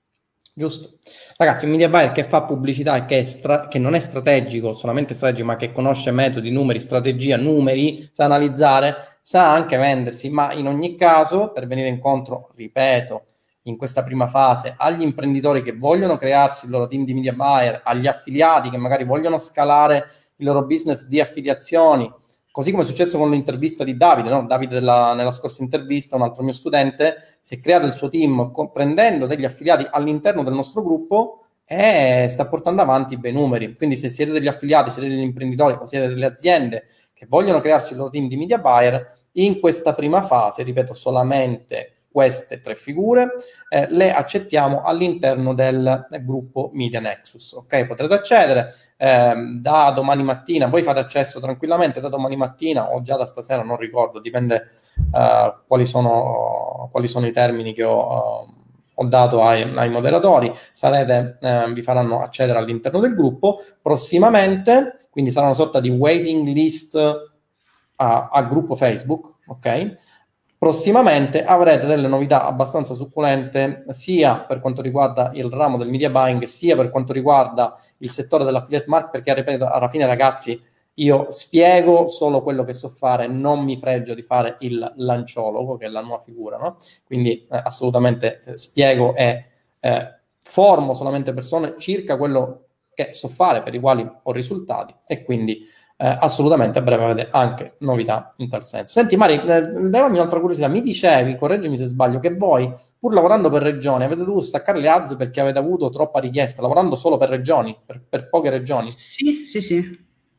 Giusto. Ragazzi, un media buyer che fa pubblicità e che, è stra- che non è strategico, solamente strategico, ma che conosce metodi, numeri, strategia, numeri, sa analizzare, sa anche vendersi, ma in ogni caso, per venire incontro, ripeto, in questa prima fase, agli imprenditori che vogliono crearsi il loro team di media buyer, agli affiliati che magari vogliono scalare il loro business di affiliazioni, così come è successo con l'intervista di Davide, no? Davide della, nella scorsa intervista, un altro mio studente, si è creato il suo team comprendendo degli affiliati all'interno del nostro gruppo e sta portando avanti bei numeri. Quindi se siete degli affiliati, siete degli imprenditori o siete delle aziende che vogliono crearsi il loro team di media buyer, in questa prima fase, ripeto, solamente queste tre figure eh, le accettiamo all'interno del, del gruppo Media Nexus. Ok, potrete accedere eh, da domani mattina, voi fate accesso tranquillamente da domani mattina o già da stasera, non ricordo, dipende uh, quali sono quali sono i termini che ho uh, ho dato ai, ai moderatori, sarete, eh, vi faranno accedere all'interno del gruppo prossimamente, quindi sarà una sorta di waiting list a, a gruppo Facebook, ok? Prossimamente avrete delle novità abbastanza succulente sia per quanto riguarda il ramo del media buying, sia per quanto riguarda il settore dell'affiliate marketing, perché ripeto, alla fine ragazzi io spiego solo quello che so fare, non mi fregio di fare il lanciologo, che è la nuova figura, no? Quindi eh, assolutamente eh, spiego e eh, formo solamente persone circa quello che so fare, per i quali ho risultati, e quindi eh, assolutamente a breve avete anche novità in tal senso. Senti Mari, eh, levami un'altra curiosità, mi dicevi, correggimi se sbaglio, che voi pur lavorando per regioni avete dovuto staccare le ads perché avete avuto troppa richiesta, lavorando solo per regioni, per, per poche regioni? Sì, sì, sì.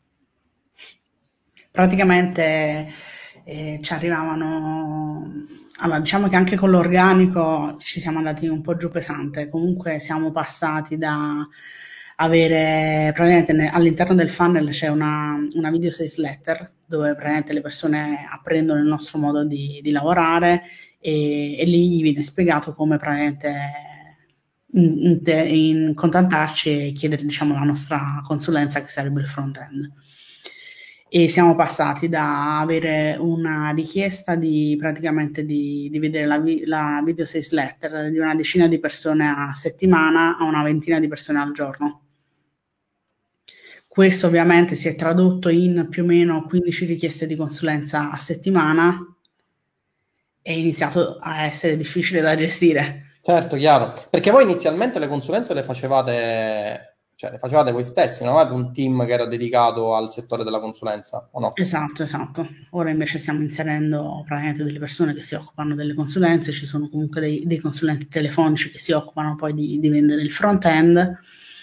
Praticamente eh, ci arrivavano, allora diciamo che anche con l'organico ci siamo andati un po' giù pesante, comunque siamo passati da avere, praticamente ne- all'interno del funnel c'è una, una video sales letter dove praticamente le persone apprendono il nostro modo di, di lavorare e, e lì gli viene spiegato come praticamente in, in te- in contattarci e chiedere diciamo la nostra consulenza che sarebbe il front end. E siamo passati da avere una richiesta di praticamente di, di vedere la, vi- la video sales letter di una decina di persone a settimana a una ventina di persone al giorno. Questo ovviamente si è tradotto in più o meno quindici richieste di consulenza a settimana e è iniziato a essere difficile da gestire. Certo, chiaro. Perché voi inizialmente le consulenze le facevate, cioè le facevate voi stessi, non avevate un team che era dedicato al settore della consulenza, o no? Esatto, esatto. Ora invece stiamo inserendo praticamente delle persone che si occupano delle consulenze, ci sono comunque dei, dei consulenti telefonici che si occupano poi di, di vendere il front-end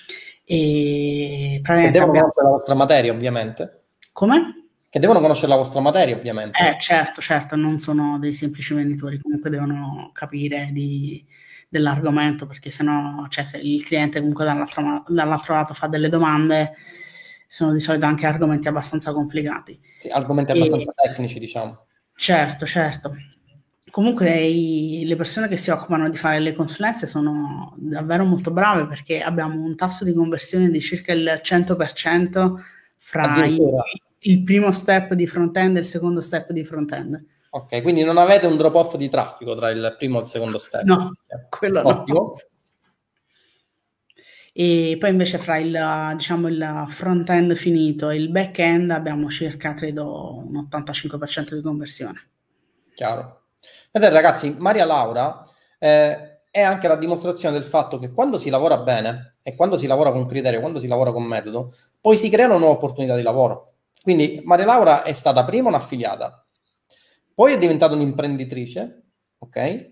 e Che praticamente devono abbiamo... conoscere la vostra materia, ovviamente. Come? Che devono conoscere la vostra materia, ovviamente. Eh, certo, certo, non sono dei semplici venditori, comunque devono capire di, dell'argomento perché sennò, cioè, se il cliente comunque dall'altro, dall'altro lato fa delle domande, sono di solito anche argomenti abbastanza complicati. Sì, argomenti E, abbastanza tecnici, diciamo. certo, certo. Comunque i- le persone che si occupano di fare le consulenze sono davvero molto brave perché abbiamo un tasso di conversione di circa il cento per cento fra i- Addirittura. il primo step di front-end e il secondo step di front-end. Ok, quindi non avete un drop-off di traffico tra il primo e il secondo step. No, quello no. Ottimo. E poi invece fra il, diciamo, il front-end finito e il back-end abbiamo circa, credo, un ottantacinque per cento di conversione. Chiaro. Vedete ragazzi, Maria Laura eh, è anche la dimostrazione del fatto che quando si lavora bene e quando si lavora con criterio, quando si lavora con metodo, poi si creano nuove opportunità di lavoro. Quindi Maria Laura è stata prima un'affiliata, poi è diventata un'imprenditrice, ok?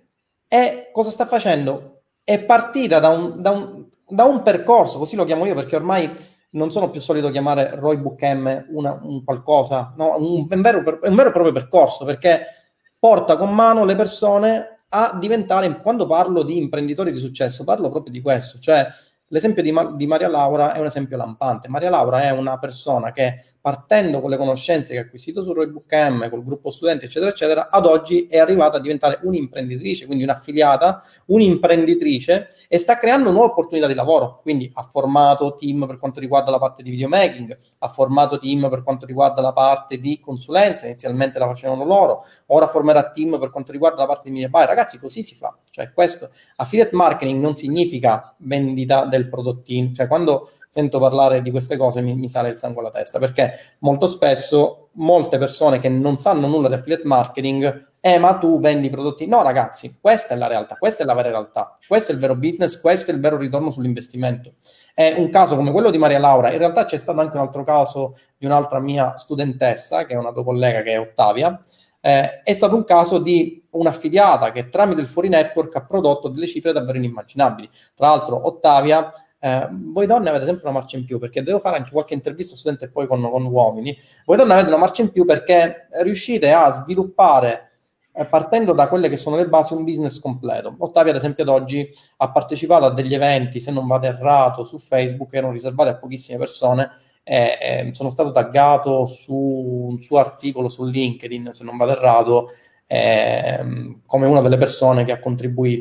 E cosa sta facendo? È partita da un, da un, da un percorso, così lo chiamo io perché ormai non sono più solito chiamare Roy Book M una, un qualcosa, no, un, un vero, è un vero e proprio percorso perché porta con mano le persone a diventare, quando parlo di imprenditori di successo, parlo proprio di questo, cioè l'esempio di, Ma- di Maria Laura è un esempio lampante. Maria Laura è una persona che partendo con le conoscenze che ha acquisito su Roybook M, col gruppo studenti, eccetera, eccetera, ad oggi è arrivata a diventare un'imprenditrice, quindi un'affiliata, un'imprenditrice e sta creando nuove opportunità di lavoro. Quindi ha formato team per quanto riguarda la parte di videomaking, ha formato team per quanto riguarda la parte di consulenza, inizialmente la facevano loro, ora formerà team per quanto riguarda la parte di media buy. Ragazzi, così si fa. Cioè, questo affiliate marketing non significa vendita del prodottino. Cioè, quando sento parlare di queste cose mi, mi sale il sangue alla testa, perché molto spesso molte persone che non sanno nulla di affiliate marketing, eh, ma tu vendi prodotti. No, ragazzi, questa è la realtà, questa è la vera realtà, questo è il vero business, questo è il vero ritorno sull'investimento. È un caso come quello di Maria Laura. In realtà c'è stato anche un altro caso di un'altra mia studentessa, che è una tua collega, che è Ottavia. Eh, è stato un caso di un'affiliata che tramite il Fuori Network ha prodotto delle cifre davvero inimmaginabili. Tra l'altro, Ottavia, eh, voi donne avete sempre una marcia in più, perché devo fare anche qualche intervista studente e poi con, con uomini. Voi donne avete una marcia in più perché riuscite a sviluppare, eh, partendo da quelle che sono le basi, un business completo. Ottavia, ad esempio, ad oggi ha partecipato a degli eventi, se non vado errato, su Facebook, che erano riservati a pochissime persone. Eh, eh, sono stato taggato su un suo articolo su LinkedIn, se non vado errato, eh, come una delle persone che ha contribuito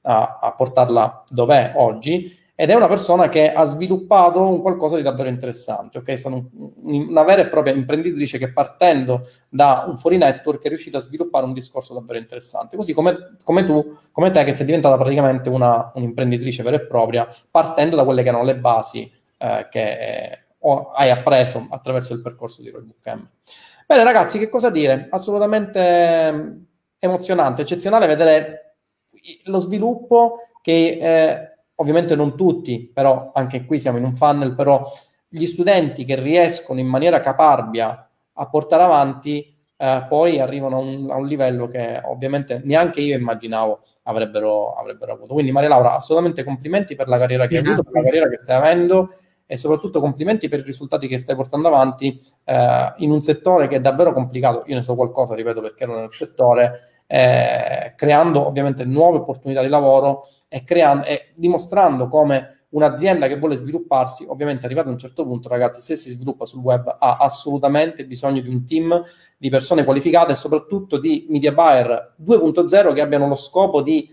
a, a portarla dov'è oggi, ed è una persona che ha sviluppato un qualcosa di davvero interessante, ok? È stata un, una vera e propria imprenditrice che, partendo da un fuori network, è riuscita a sviluppare un discorso davvero interessante, così come, come tu, come te, che sei diventata praticamente una, un'imprenditrice vera e propria, partendo da quelle che erano le basi eh, che eh, hai appreso attraverso il percorso di Roy Bootcamp. Bene ragazzi, che cosa dire? Assolutamente emozionante, eccezionale vedere lo sviluppo che... Eh, ovviamente non tutti, però anche qui siamo in un funnel, però gli studenti che riescono in maniera caparbia a portare avanti eh, poi arrivano a un, a un livello che ovviamente neanche io immaginavo avrebbero, avrebbero avuto. Quindi Maria Laura, assolutamente complimenti per la carriera che hai avuto, per la carriera che stai avendo, e soprattutto complimenti per i risultati che stai portando avanti eh, in un settore che è davvero complicato. Io ne so qualcosa, ripeto, perché ero nel settore, eh, creando ovviamente nuove opportunità di lavoro e, creando, e dimostrando come un'azienda che vuole svilupparsi, ovviamente arrivato a un certo punto, ragazzi, se si sviluppa sul web ha assolutamente bisogno di un team di persone qualificate e soprattutto di media buyer due punto zero che abbiano lo scopo di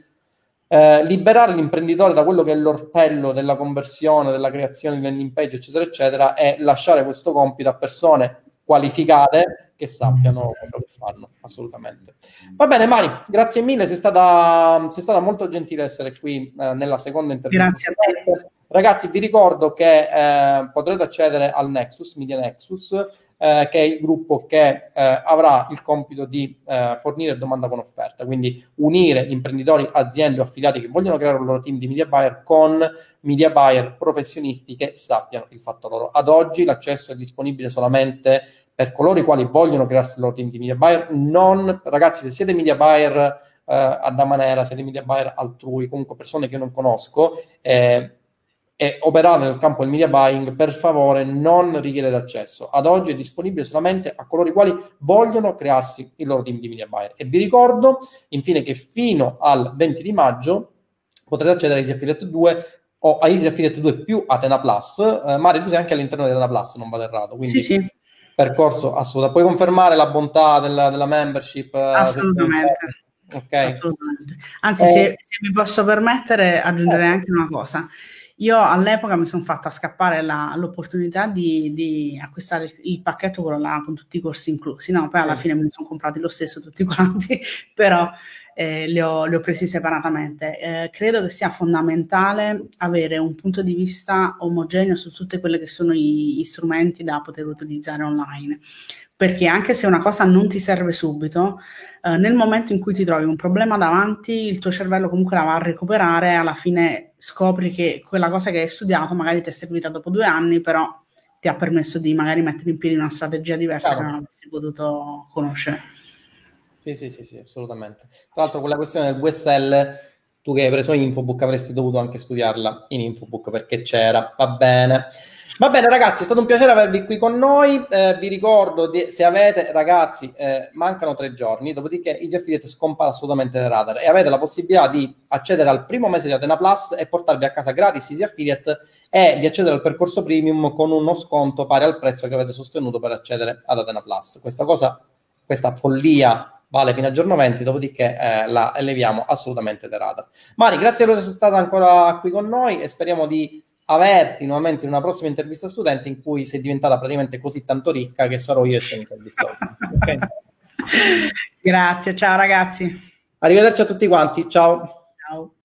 eh, liberare l'imprenditore da quello che è l'orpello della conversione, della creazione di landing page, eccetera, eccetera, e lasciare questo compito a persone qualificate che sappiano quello che fanno, assolutamente. Va bene, Mari, grazie mille, sei stata, sei stata molto gentile essere qui eh, nella seconda intervista. Grazie a te. Ragazzi, vi ricordo che eh, potrete accedere al Nexus, Media Nexus, eh, che è il gruppo che eh, avrà il compito di eh, fornire domanda con offerta, quindi unire imprenditori, aziende o affiliati che vogliono creare un loro team di media buyer con media buyer professionisti che sappiano il fatto loro. Ad oggi l'accesso è disponibile solamente per coloro i quali vogliono crearsi il loro team di media buyer. Non, ragazzi, se siete media buyer eh, a Damanera, siete media buyer altrui, comunque persone che io non conosco, eh, e operate nel campo del media buying, per favore non richiedete accesso. Ad oggi è disponibile solamente a coloro i quali vogliono crearsi il loro team di media buyer. E vi ricordo infine che fino al venti di maggio potrete accedere a Easy Affiliate due o a Easy Affiliate due più Athena Plus. Eh, Mari, tu sei anche all'interno di Athena Plus, non vado errato, quindi sì, sì. Percorso assolutamente. Puoi confermare la bontà della, della membership? Assolutamente. Okay. Assolutamente. Anzi, eh. se, se mi posso permettere, aggiungerei anche una cosa. Io all'epoca mi sono fatta scappare la, l'opportunità di, di acquistare il, il pacchetto quello là con tutti i corsi inclusi, no? Poi alla fine me li sono comprati lo stesso tutti quanti, però eh, li, ho, li ho presi separatamente. Eh, credo che sia fondamentale avere un punto di vista omogeneo su tutte quelle che sono i, gli strumenti da poter utilizzare online, perché anche se una cosa non ti serve subito, eh, nel momento in cui ti trovi un problema davanti, il tuo cervello comunque la va a recuperare, alla fine scopri che quella cosa che hai studiato magari ti è servita dopo due anni, però ti ha permesso di magari mettere in piedi una strategia diversa Chiaro. Che non avresti potuto conoscere. Sì, sì, sì, sì, assolutamente. Tra l'altro quella questione del V S L, tu che hai preso Infobook avresti dovuto anche studiarla in Infobook perché c'era, va bene. Va bene ragazzi, è stato un piacere avervi qui con noi, eh, vi ricordo, di, se avete, ragazzi, eh, mancano tre giorni, dopodiché Easy Affiliate scompare assolutamente dai radar e avete la possibilità di accedere al primo mese di Athena Plus e portarvi a casa gratis Easy Affiliate e di accedere al percorso premium con uno sconto pari al prezzo che avete sostenuto per accedere ad Athena Plus. Questa cosa, questa follia vale fino a giorno venti, dopodiché eh, la eleviamo assolutamente dai radar. Mari, grazie per essere stata ancora qui con noi e speriamo di averti nuovamente in una prossima intervista studente in cui sei diventata praticamente così tanto ricca che sarò io e te intervistato. Okay? Grazie, ciao ragazzi. Arrivederci a tutti quanti, ciao. Ciao.